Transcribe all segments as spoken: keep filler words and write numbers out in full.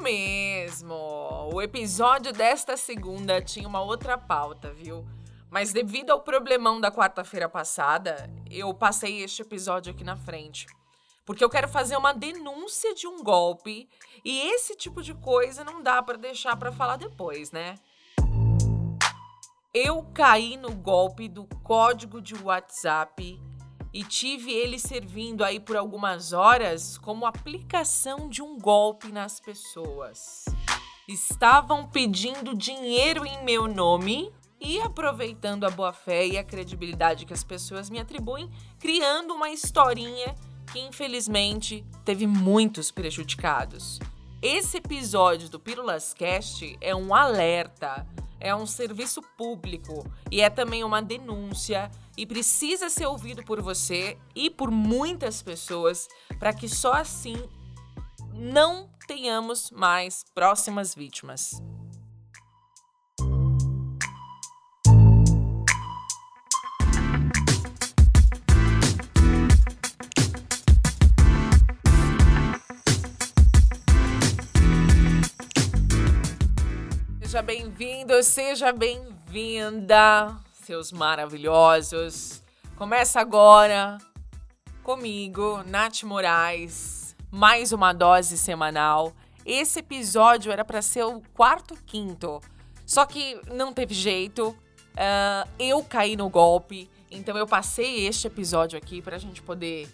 mesmo! O episódio desta segunda tinha uma outra pauta, viu? Mas devido ao problemão da quarta-feira passada, eu passei este episódio aqui na frente. Porque eu quero fazer uma denúncia de um golpe e esse tipo de coisa não dá pra deixar pra falar depois, né? Eu caí no golpe do código de WhatsApp e tive ele servindo aí por algumas horas como aplicação de um golpe nas pessoas. Estavam pedindo dinheiro em meu nome e aproveitando a boa-fé e a credibilidade que as pessoas me atribuem, criando uma historinha que infelizmente teve muitos prejudicados. Esse episódio do Pílulas Cast é um alerta, é um serviço público e é também uma denúncia e precisa ser ouvido por você e por muitas pessoas para que só assim não tenhamos mais próximas vítimas. Seja bem-vindo, seja bem-vinda, seus maravilhosos. Começa agora comigo, Nath Moraes, mais uma dose semanal. Esse episódio era para ser o quarto, quinto, só que não teve jeito. Uh, eu caí no golpe, então eu passei este episódio aqui pra gente poder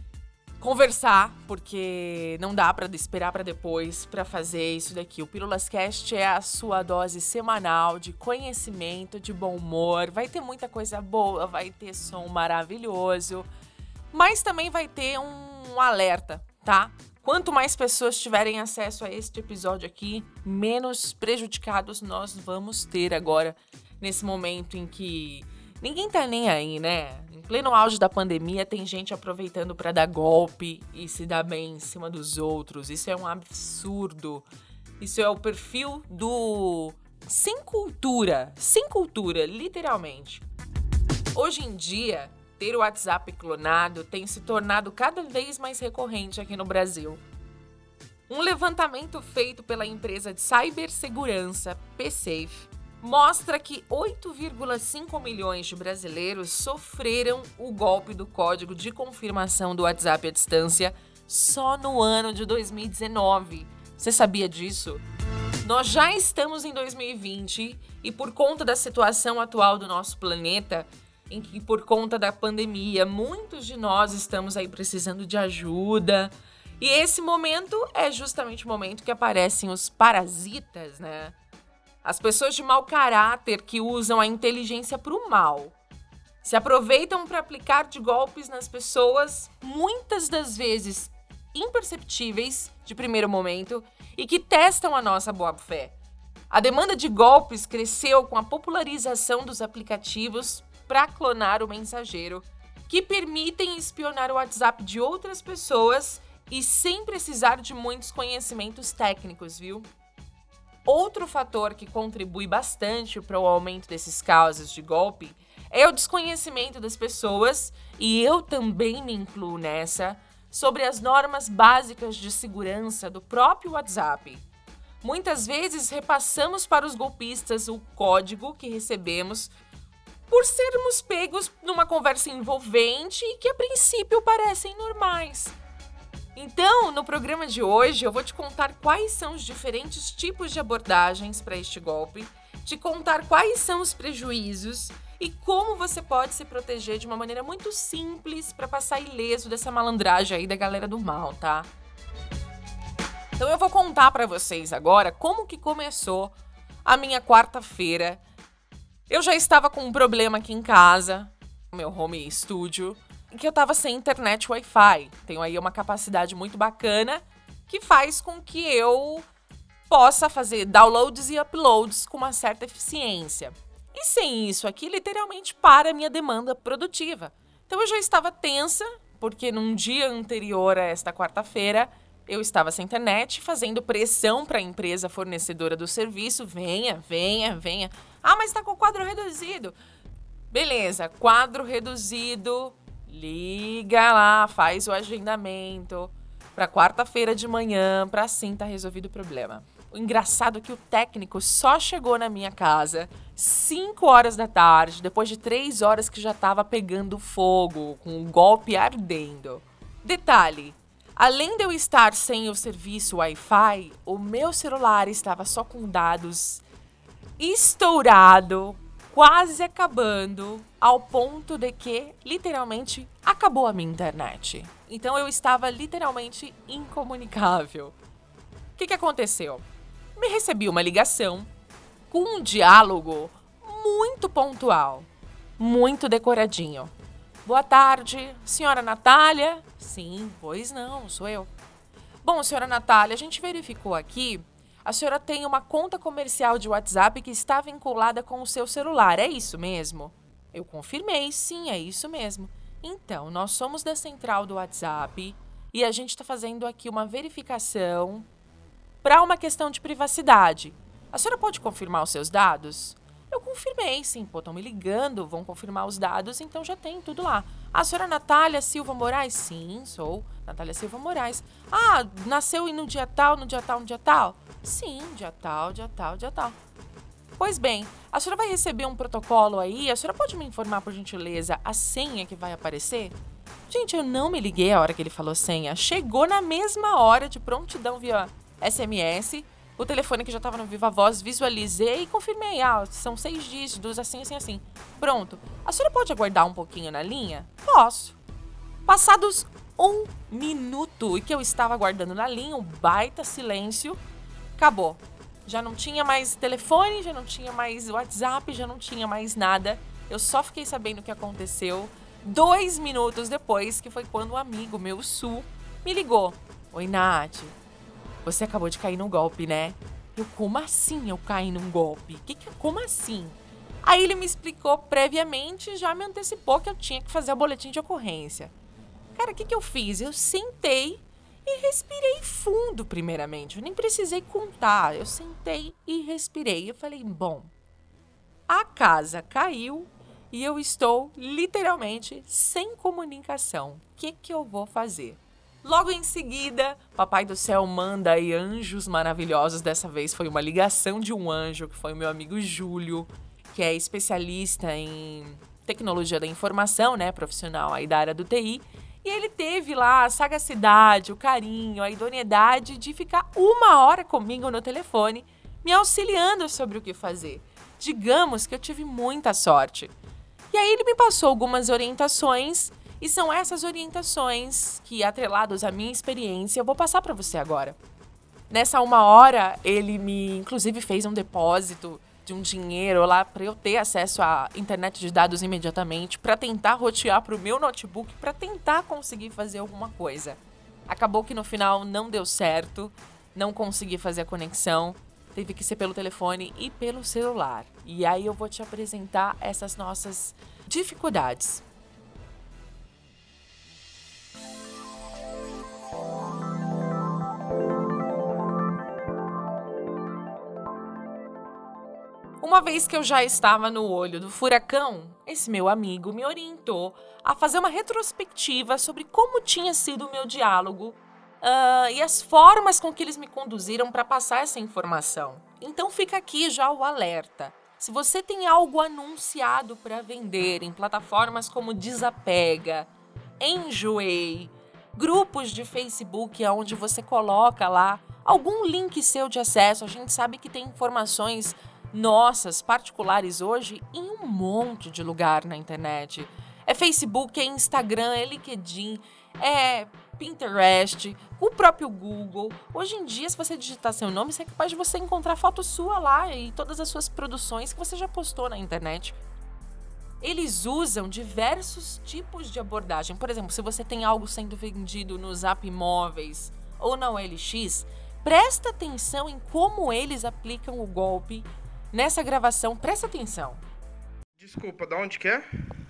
conversar, porque não dá pra esperar pra depois pra fazer isso daqui. O Pílulas Cast é a sua dose semanal de conhecimento, de bom humor. Vai ter muita coisa boa, vai ter som maravilhoso, mas também vai ter um alerta, tá? Quanto mais pessoas tiverem acesso a este episódio aqui, menos prejudicados nós vamos ter agora, nesse momento em que ninguém tá nem aí, né? Em pleno auge da pandemia, tem gente aproveitando pra dar golpe e se dar bem em cima dos outros. Isso é um absurdo. Isso é o perfil do sem cultura. Sem cultura, literalmente. Hoje em dia, ter o WhatsApp clonado tem se tornado cada vez mais recorrente aqui no Brasil. Um levantamento feito pela empresa de cibersegurança PSafe mostra que oito vírgula cinco milhões de brasileiros sofreram o golpe do código de confirmação do WhatsApp à distância só no ano de dois mil e dezenove. Você sabia disso? Nós já estamos em dois mil e vinte e por conta da situação atual do nosso planeta, em que por conta da pandemia, muitos de nós estamos aí precisando de ajuda. E esse momento é justamente o momento que aparecem os parasitas, né? As pessoas de mau caráter que usam a inteligência para o mal. Se aproveitam para aplicar de golpes nas pessoas, muitas das vezes imperceptíveis de primeiro momento, e que testam a nossa boa-fé. A demanda de golpes cresceu com a popularização dos aplicativos para clonar o mensageiro, que permitem espionar o WhatsApp de outras pessoas e sem precisar de muitos conhecimentos técnicos, viu? Outro fator que contribui bastante para o aumento desses casos de golpe é o desconhecimento das pessoas, e eu também me incluo nessa, sobre as normas básicas de segurança do próprio WhatsApp. Muitas vezes repassamos para os golpistas o código que recebemos por sermos pegos numa conversa envolvente e que a princípio parecem normais. Então, no programa de hoje, eu vou te contar quais são os diferentes tipos de abordagens para este golpe, te contar quais são os prejuízos e como você pode se proteger de uma maneira muito simples para passar ileso dessa malandragem aí da galera do mal, tá? Então eu vou contar para vocês agora como que começou a minha quarta-feira. Eu já estava com um problema aqui em casa, no meu home studio, que eu tava sem internet Wi-Fi. Tenho aí uma capacidade muito bacana que faz com que eu possa fazer downloads e uploads com uma certa eficiência. E sem isso aqui, literalmente para a minha demanda produtiva. Então eu já estava tensa, porque num dia anterior a esta quarta-feira, eu estava sem internet, fazendo pressão para a empresa fornecedora do serviço. Venha, venha, venha. Ah, mas tá com o quadro reduzido. Beleza, quadro reduzido. Liga lá, faz o agendamento para quarta-feira de manhã, para assim tá resolvido o problema. O engraçado é que o técnico só chegou na minha casa cinco horas da tarde, depois de três horas que já tava pegando fogo, com o golpe ardendo. Detalhe, além de eu estar sem o serviço Wi-Fi, o meu celular estava só com dados estourado, quase acabando, ao ponto de que, literalmente, acabou a minha internet. Então eu estava literalmente incomunicável. O que que aconteceu? Me recebi uma ligação com um diálogo muito pontual, muito decoradinho. Boa tarde, senhora Natália? Sim, pois não, sou eu. Bom, senhora Natália, a gente verificou aqui, a senhora tem uma conta comercial de WhatsApp que está vinculada com o seu celular, é isso mesmo? Eu confirmei, sim, é isso mesmo. Então, nós somos da central do WhatsApp e a gente está fazendo aqui uma verificação para uma questão de privacidade. A senhora pode confirmar os seus dados? Eu confirmei, sim. Pô, estão me ligando, vão confirmar os dados, então já tem tudo lá. A senhora Natália Silva Moraes? Sim, sou Natália Silva Moraes. Ah, nasceu no dia tal, no dia tal, no dia tal? Sim, dia tal, dia tal, dia tal. Pois bem, a senhora vai receber um protocolo aí, a senhora pode me informar, por gentileza, a senha que vai aparecer? Gente, eu não me liguei a hora que ele falou senha. Chegou na mesma hora de prontidão via S M S, o telefone que já estava no Viva Voz, visualizei e confirmei. Ah, são seis dígitos, assim, assim, assim. Pronto. A senhora pode aguardar um pouquinho na linha? Posso. Passados um minuto e que eu estava aguardando na linha, um baita silêncio, acabou. Já não tinha mais telefone, já não tinha mais WhatsApp, já não tinha mais nada. Eu só fiquei sabendo o que aconteceu dois minutos depois, que foi quando um amigo meu, Su, me ligou. Oi, Nath. Você acabou de cair num golpe, né? Eu, como assim eu caí num golpe? Que que, como assim? Aí ele me explicou previamente e já me antecipou que eu tinha que fazer o boletim de ocorrência. Cara, o que que eu fiz? Eu sentei e respirei fundo, primeiramente. Eu nem precisei contar. Eu sentei e respirei. Eu falei, bom, a casa caiu e eu estou literalmente sem comunicação. O que que eu vou fazer? Logo em seguida, Papai do Céu manda aí anjos maravilhosos. Dessa vez foi uma ligação de um anjo, que foi o meu amigo Júlio, que é especialista em tecnologia da informação, né, profissional aí da área do T I. E ele teve lá a sagacidade, o carinho, a idoneidade de ficar uma hora comigo no telefone, me auxiliando sobre o que fazer. Digamos que eu tive muita sorte. E aí ele me passou algumas orientações. E são essas orientações que, atreladas à minha experiência, eu vou passar para você agora. Nessa uma hora, ele me, inclusive, fez um depósito de um dinheiro lá para eu ter acesso à internet de dados imediatamente, para tentar rotear para o meu notebook, para tentar conseguir fazer alguma coisa. Acabou que no final não deu certo, não consegui fazer a conexão, teve que ser pelo telefone e pelo celular. E aí eu vou te apresentar essas nossas dificuldades. Uma vez que eu já estava no olho do furacão, esse meu amigo me orientou a fazer uma retrospectiva sobre como tinha sido o meu diálogo uh, e as formas com que eles me conduziram para passar essa informação. Então fica aqui já o alerta. Se você tem algo anunciado para vender em plataformas como Desapega, Enjoei, grupos de Facebook onde você coloca lá algum link seu de acesso, a gente sabe que tem informações nossas, particulares hoje, em um monte de lugar na internet. É Facebook, é Instagram, é LinkedIn, é Pinterest, o próprio Google. Hoje em dia, se você digitar seu nome, você é capaz de você encontrar foto sua lá e todas as suas produções que você já postou na internet. Eles usam diversos tipos de abordagem. Por exemplo, se você tem algo sendo vendido no Zap Imóveis ou na O L X, presta atenção em como eles aplicam o golpe. Nessa gravação, presta atenção. Desculpa, de onde que é?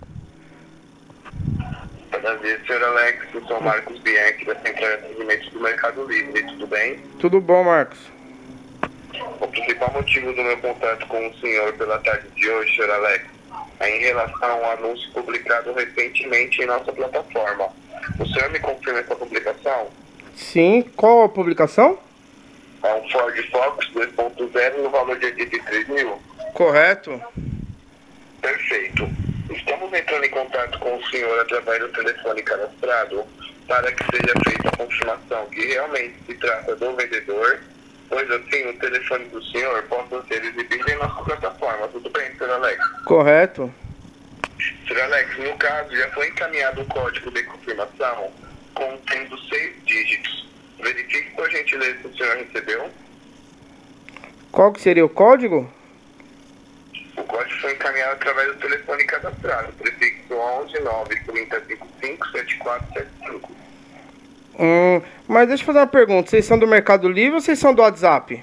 Prazer, senhor Alex, eu sou Marcos Bianchi, da Central de Atendimento do Mercado Livre, tudo bem? Tudo bom, Marcos? O principal motivo do meu contato com o senhor pela tarde de hoje, senhor Alex, é em relação ao anúncio publicado recentemente em nossa plataforma. O senhor me confirma essa publicação? Sim, qual a publicação? É um Ford Focus dois ponto zero no valor de oitenta e três mil. Correto. Perfeito. Estamos entrando em contato com o senhor através do telefone cadastrado para que seja feita a confirmação que realmente se trata do vendedor, pois assim o telefone do senhor possa ser exibido em nossa plataforma. Tudo bem, senhor Alex? Correto. senhor Alex, no caso, já foi encaminhado o código de confirmação contendo seis dígitos. Verifique por gentileza se o senhor recebeu. Qual que seria o código? O código foi encaminhado através do telefone cadastrado, prefixo onze nove três cinco cinco sete quatro sete cinco. Hum, mas deixa eu fazer uma pergunta. Vocês são do Mercado Livre ou vocês são do WhatsApp?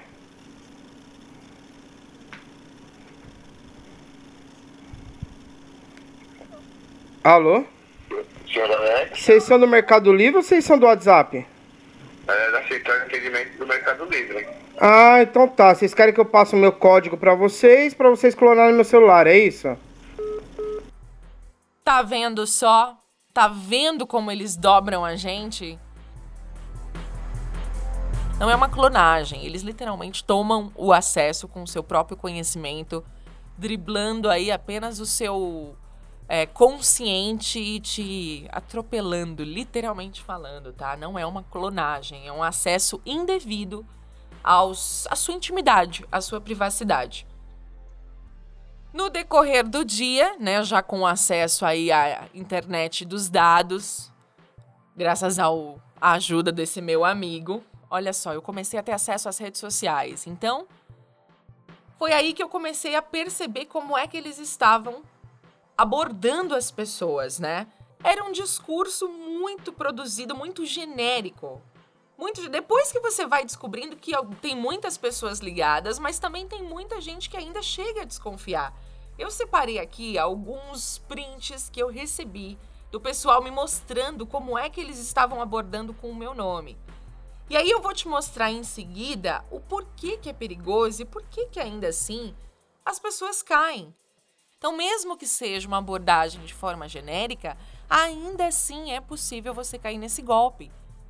Alô? senhor Alex, Vocês são do Mercado Livre ou vocês são do WhatsApp? é da Central de Atendimento do Mercado Livre. Ah, então tá. Vocês querem que eu passe o meu código pra vocês, pra vocês clonarem no meu celular, é isso? Tá vendo só? Tá vendo como eles dobram a gente? Não é uma clonagem. Eles literalmente tomam o acesso com o seu próprio conhecimento, driblando aí apenas o seu é, consciente e te atropelando, literalmente falando, tá? Não é uma clonagem, é um acesso indevido aos, à sua intimidade, à sua privacidade. No decorrer do dia, né, já com acesso aí à internet dos dados, graças ao, à ajuda desse meu amigo, olha só, eu comecei a ter acesso às redes sociais. Então, foi aí que eu comecei a perceber como é que eles estavam abordando as pessoas, né? Era um discurso muito produzido, muito genérico. Muito, depois que você vai descobrindo que tem muitas pessoas ligadas, mas também tem muita gente que ainda chega a desconfiar. Eu separei aqui alguns prints que eu recebi do pessoal me mostrando como é que eles estavam abordando com o meu nome. E aí eu vou te mostrar em seguida o porquê que é perigoso e por que que ainda assim as pessoas caem. Então, mesmo que seja uma abordagem de forma genérica, ainda assim é possível você cair nesse golpe.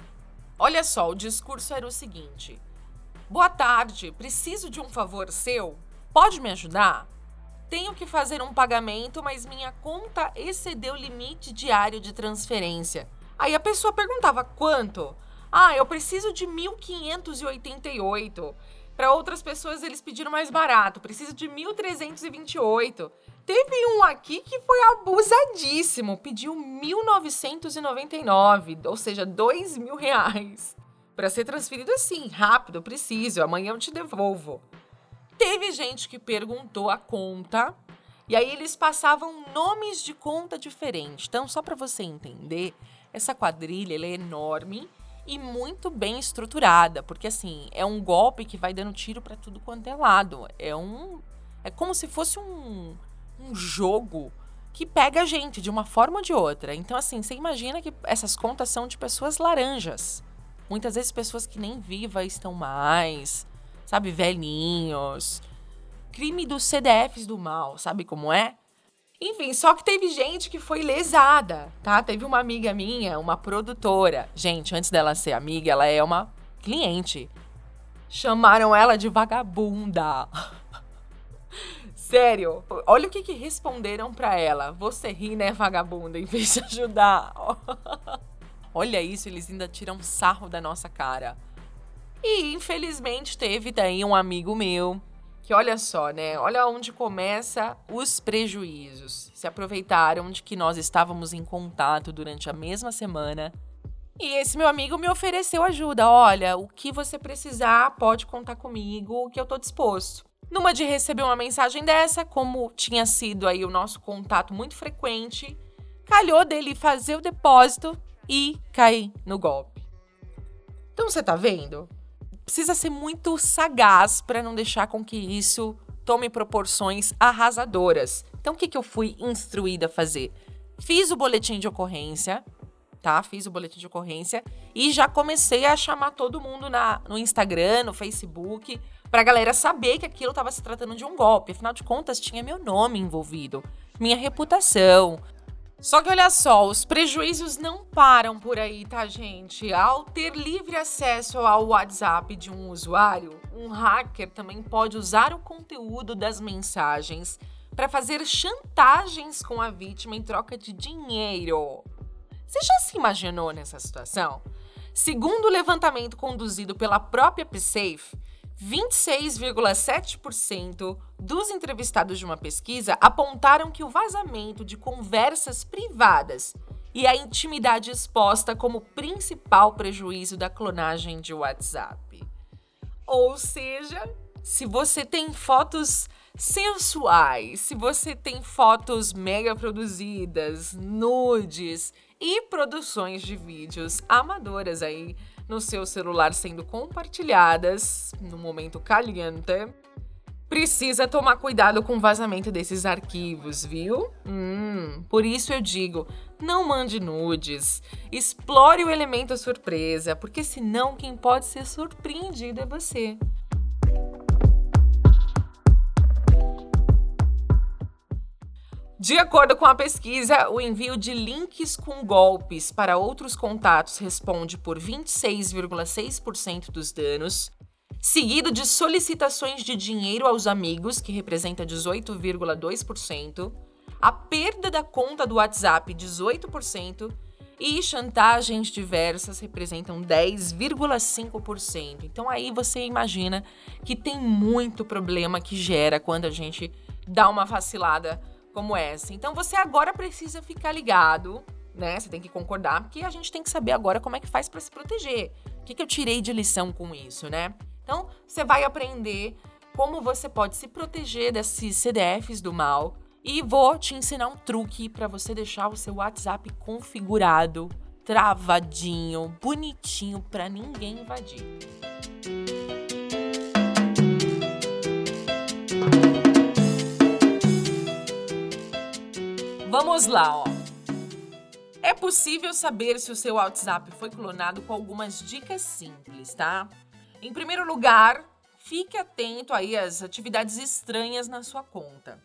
Olha só, o discurso era o seguinte: boa tarde, preciso de um favor seu? Pode me ajudar? Tenho que fazer um pagamento, mas minha conta excedeu o limite diário de transferência. Aí a pessoa perguntava quanto? Ah, eu preciso de mil quinhentos e oitenta e oito. Para outras pessoas eles pediram mais barato, preciso de mil trezentos e vinte e oito. Teve um aqui que foi abusadíssimo, pediu mil novecentos e noventa e nove, ou seja, dois mil reais. Para ser transferido assim, rápido, preciso, amanhã eu te devolvo. Teve gente que perguntou a conta, e aí eles passavam nomes de conta diferentes. Então, só para você entender, essa quadrilha ela é enorme e muito bem estruturada, porque assim, é um golpe que vai dando tiro para tudo quanto é lado. É um é como se fosse um, um jogo que pega a gente de uma forma ou de outra. Então assim, você imagina que essas contas são de pessoas laranjas. Muitas vezes pessoas que nem vivas estão mais, sabe, velhinhos. Crime dos C D Fs do mal, sabe como é? Enfim, só que teve gente que foi lesada, tá? Teve uma amiga minha, uma produtora. Gente, antes dela ser amiga, ela é uma cliente. Chamaram ela de vagabunda. Sério, olha o que, que responderam pra ela. Você ri, né, vagabunda, em vez de ajudar. Olha isso, eles ainda tiram sarro da nossa cara. E, infelizmente, teve daí um amigo meu que, olha só, né? Olha onde começa os prejuízos. Se aproveitaram de que nós estávamos em contato durante a mesma semana. E esse meu amigo me ofereceu ajuda. Olha, o que você precisar, pode contar comigo, que eu tô disposto. Numa de receber uma mensagem dessa, como tinha sido aí o nosso contato muito frequente, calhou dele fazer o depósito e cair no golpe. Então, você tá vendo? Precisa ser muito sagaz para não deixar com que isso tome proporções arrasadoras. Então, o que, que eu fui instruída a fazer? Fiz o boletim de ocorrência, tá? Fiz o boletim de ocorrência e já comecei a chamar todo mundo na, no Instagram, no Facebook, pra galera saber que aquilo estava se tratando de um golpe. Afinal de contas, tinha meu nome envolvido, minha reputação. Só que olha só, os prejuízos não param por aí, tá, gente? Ao ter livre acesso ao WhatsApp de um usuário, um hacker também pode usar o conteúdo das mensagens para fazer chantagens com a vítima em troca de dinheiro. Você já se imaginou nessa situação? Segundo o levantamento conduzido pela própria PSafe, vinte e seis vírgula sete por cento dos entrevistados de uma pesquisa apontaram que o vazamento de conversas privadas e a intimidade exposta como principal prejuízo da clonagem de WhatsApp. Ou seja, se você tem fotos sensuais, se você tem fotos mega produzidas, nudes e produções de vídeos amadoras aí no seu celular sendo compartilhadas no momento caliente, precisa tomar cuidado com o vazamento desses arquivos, viu? Hum, por isso eu digo, não mande nudes, explore o elemento surpresa, porque senão quem pode ser surpreendido é você. De acordo com a pesquisa, o envio de links com golpes para outros contatos responde por vinte e seis vírgula seis por cento dos danos, seguido de solicitações de dinheiro aos amigos, que representa dezoito vírgula dois por cento, a perda da conta do WhatsApp, dezoito por cento, e chantagens diversas representam dez vírgula cinco por cento. Então aí você imagina que tem muito problema que gera quando a gente dá uma vacilada como essa. Então você agora precisa ficar ligado, né? Você tem que concordar, porque a gente tem que saber agora como é que faz para se proteger. O que, que eu tirei de lição com isso, né? Então você vai aprender como você pode se proteger desses C D Fs do mal e vou te ensinar um truque para você deixar o seu WhatsApp configurado, travadinho, bonitinho para ninguém invadir. Vamos lá, ó. É possível saber se o seu WhatsApp foi clonado com algumas dicas simples, tá? Em primeiro lugar, fique atento aí às atividades estranhas na sua conta.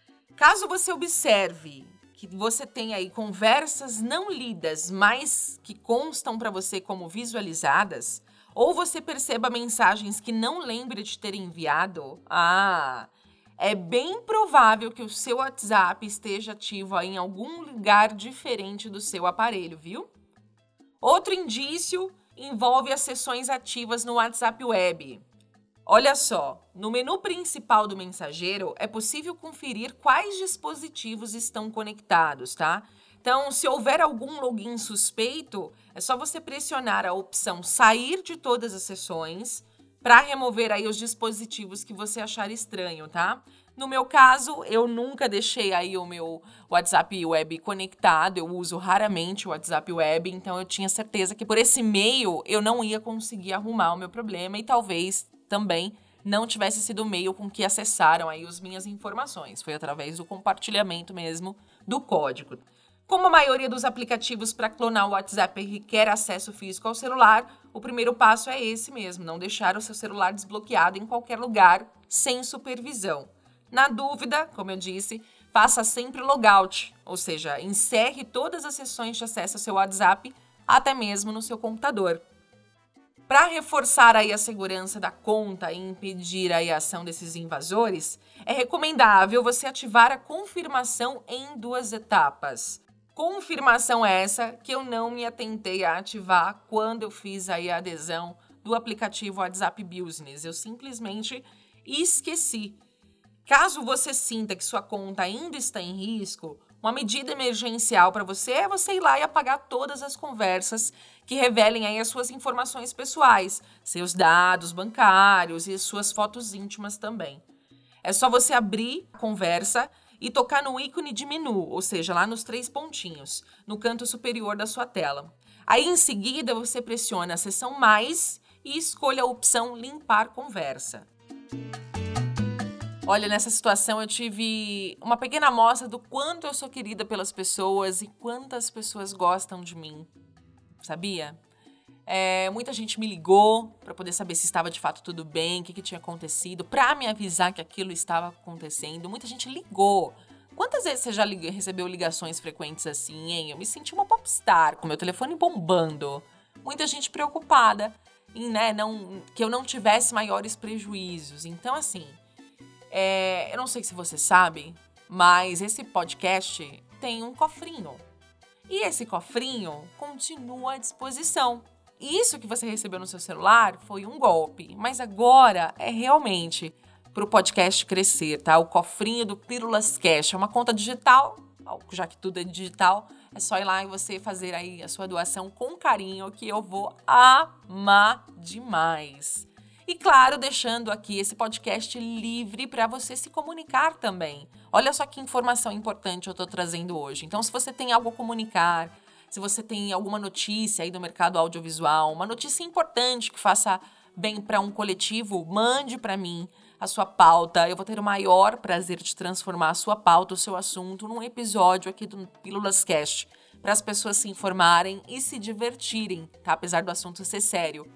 Caso você observe que você tem aí conversas não lidas, mas que constam para você como visualizadas, ou você perceba mensagens que não lembre de ter enviado, ah... é bem provável que o seu WhatsApp esteja ativo aí em algum lugar diferente do seu aparelho, viu? Outro indício envolve as sessões ativas no WhatsApp Web. Olha só, no menu principal do mensageiro é possível conferir quais dispositivos estão conectados, tá? Então, se houver algum login suspeito, é só você pressionar a opção sair de todas as sessões para remover aí os dispositivos que você achar estranho, tá? No meu caso, eu nunca deixei aí o meu WhatsApp Web conectado, eu uso raramente o WhatsApp Web, então eu tinha certeza que por esse meio eu não ia conseguir arrumar o meu problema e talvez também não tivesse sido o meio com que acessaram aí as minhas informações. Foi através do compartilhamento mesmo do código. Como a maioria dos aplicativos para clonar o WhatsApp requer acesso físico ao celular, o primeiro passo é esse mesmo, não deixar o seu celular desbloqueado em qualquer lugar sem supervisão. Na dúvida, como eu disse, faça sempre logout, ou seja, encerre todas as sessões de acesso ao seu WhatsApp, até mesmo no seu computador. Para reforçar aí a segurança da conta e impedir aí a ação desses invasores, é recomendável você ativar a confirmação em duas etapas. Confirmação essa que eu não me atentei a ativar quando eu fiz aí a adesão do aplicativo WhatsApp Business. Eu simplesmente esqueci. Caso você sinta que sua conta ainda está em risco, uma medida emergencial para você é você ir lá e apagar todas as conversas que revelem aí as suas informações pessoais, seus dados bancários e suas fotos íntimas também. É só você abrir a conversa e tocar no ícone de menu, ou seja, lá nos três pontinhos, no canto superior da sua tela. Aí, em seguida, você pressiona a seção mais e escolha a opção limpar conversa. Olha, nessa situação eu tive uma pequena amostra do quanto eu sou querida pelas pessoas e quantas pessoas gostam de mim, sabia? É, muita gente me ligou para poder saber se estava de fato tudo bem, o que, que tinha acontecido, para me avisar que aquilo estava acontecendo. Muita gente ligou Quantas vezes você já lig- recebeu ligações frequentes assim, hein? Eu me senti uma popstar, com meu telefone bombando. Muita gente preocupada em, né, não, que eu não tivesse maiores prejuízos. Então, assim, é, eu não sei se você sabe, mas esse podcast tem um cofrinho. E esse cofrinho continua à disposição. Isso que você recebeu no seu celular foi um golpe, mas agora é realmente para o podcast crescer, tá? O cofrinho do Pílulas Cash é uma conta digital, já que tudo é digital, é só ir lá e você fazer aí a sua doação com carinho, que eu vou amar demais. E claro, deixando aqui esse podcast livre para você se comunicar também. Olha só que informação importante eu estou trazendo hoje. Então, se você tem algo a comunicar, se você tem alguma notícia aí do mercado audiovisual, uma notícia importante que faça bem para um coletivo, mande para mim a sua pauta. Eu vou ter o maior prazer de transformar a sua pauta, o seu assunto, num episódio aqui do Pílulas Cast, para as pessoas se informarem e se divertirem, tá? Apesar do assunto ser sério.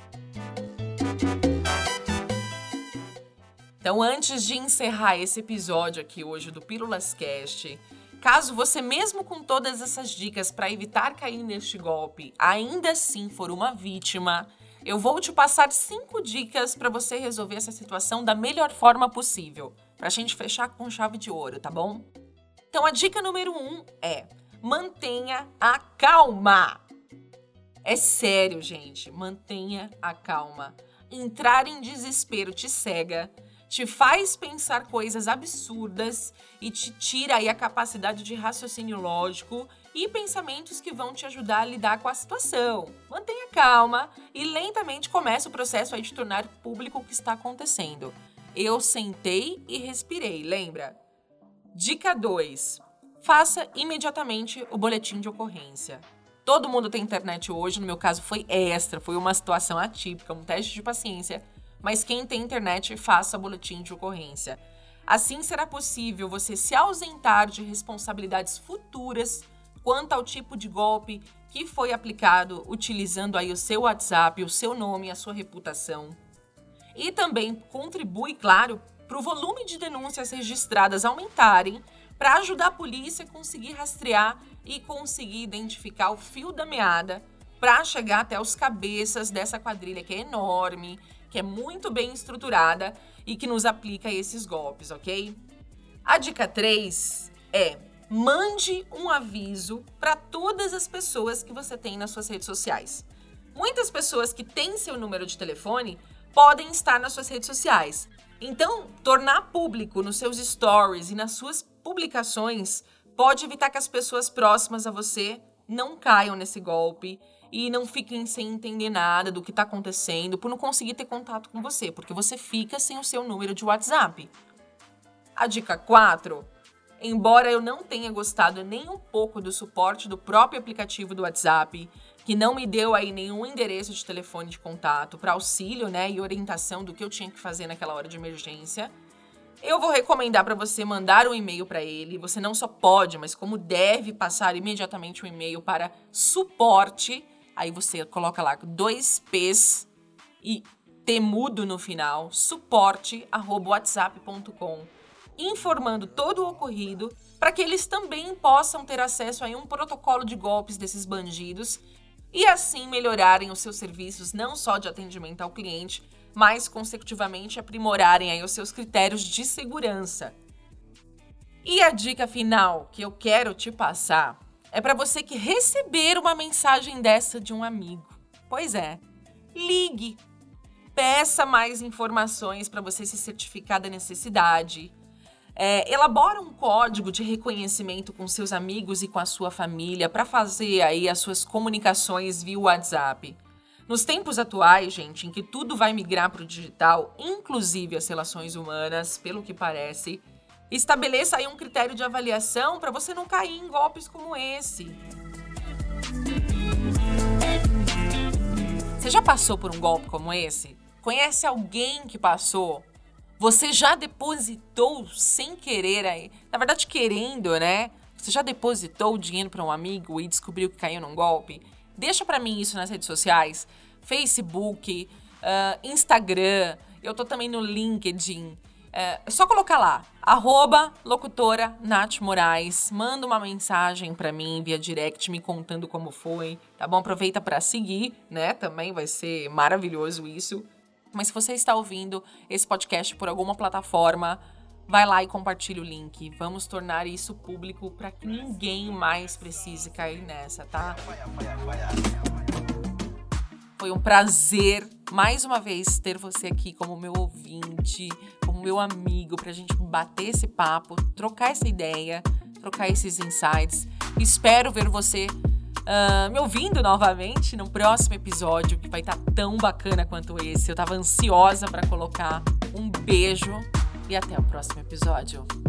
Então, antes de encerrar esse episódio aqui hoje do Pílulas Cast, caso você, mesmo com todas essas dicas para evitar cair neste golpe, ainda assim for uma vítima, eu vou te passar cinco dicas para você resolver essa situação da melhor forma possível, para a gente fechar com chave de ouro, tá bom? Então, a dica número um é: mantenha a calma. É sério, gente, mantenha a calma. Entrar em desespero te cega, te faz pensar coisas absurdas e te tira aí a capacidade de raciocínio lógico e pensamentos que vão te ajudar a lidar com a situação. Mantenha calma e lentamente comece o processo aí de tornar público o que está acontecendo. Eu sentei e respirei, lembra? Dica dois. Faça imediatamente o boletim de ocorrência. Todo mundo tem internet hoje, no meu caso foi extra, foi uma situação atípica, um teste de paciência. Mas quem tem internet, faça boletim de ocorrência. Assim será possível você se ausentar de responsabilidades futuras quanto ao tipo de golpe que foi aplicado utilizando aí o seu WhatsApp, o seu nome e a sua reputação. E também contribui, claro, para o volume de denúncias registradas aumentarem para ajudar a polícia a conseguir rastrear e conseguir identificar o fio da meada para chegar até os cabeças dessa quadrilha que é enorme, que é muito bem estruturada e que nos aplica esses golpes, ok? A dica três é: mande um aviso para todas as pessoas que você tem nas suas redes sociais. Muitas pessoas que têm seu número de telefone podem estar nas suas redes sociais. Então, tornar público nos seus stories e nas suas publicações pode evitar que as pessoas próximas a você não caiam nesse golpe e não fiquem sem entender nada do que está acontecendo por não conseguir ter contato com você, porque você fica sem o seu número de WhatsApp. A dica quatro, embora eu não tenha gostado nem um pouco do suporte do próprio aplicativo do WhatsApp, que não me deu aí nenhum endereço de telefone de contato para auxílio, né, e orientação do que eu tinha que fazer naquela hora de emergência, eu vou recomendar para você mandar um e-mail para ele. Você não só pode, mas como deve passar imediatamente um e-mail para suporte. Aí você coloca lá dois P's e T mudo no final, suporte arroba whatsapp ponto com, informando todo o ocorrido para que eles também possam ter acesso a um protocolo de golpes desses bandidos e assim melhorarem os seus serviços não só de atendimento ao cliente, mas consecutivamente aprimorarem aí os seus critérios de segurança. E a dica final que eu quero te passar é para você que receber uma mensagem dessa de um amigo. Pois é, ligue, peça mais informações para você se certificar da necessidade. É, elabora um código de reconhecimento com seus amigos e com a sua família para fazer aí as suas comunicações via WhatsApp. Nos tempos atuais, gente, em que tudo vai migrar para o digital, inclusive as relações humanas, pelo que parece, estabeleça aí um critério de avaliação para você não cair em golpes como esse. Você já passou por um golpe como esse? Conhece alguém que passou? Você já depositou sem querer aí? Na verdade, querendo, né? Você já depositou o dinheiro para um amigo e descobriu que caiu num golpe? Deixa para mim isso nas redes sociais, Facebook, uh, Instagram, eu tô também no LinkedIn. É só colocar lá, arroba locutora Nath Moraes. Manda uma mensagem pra mim via direct me contando como foi, tá bom? Aproveita pra seguir, né? Também vai ser maravilhoso isso. Mas se você está ouvindo esse podcast por alguma plataforma, vai lá e compartilha o link. Vamos tornar isso público pra que ninguém mais precise cair nessa, tá? Foi um prazer, mais uma vez, ter você aqui como meu ouvinte, como meu amigo, pra gente bater esse papo, trocar essa ideia, trocar esses insights. Espero ver você uh, me ouvindo novamente no próximo episódio, que vai estar tão bacana quanto esse. Eu tava ansiosa pra colocar. Um beijo e até o próximo episódio.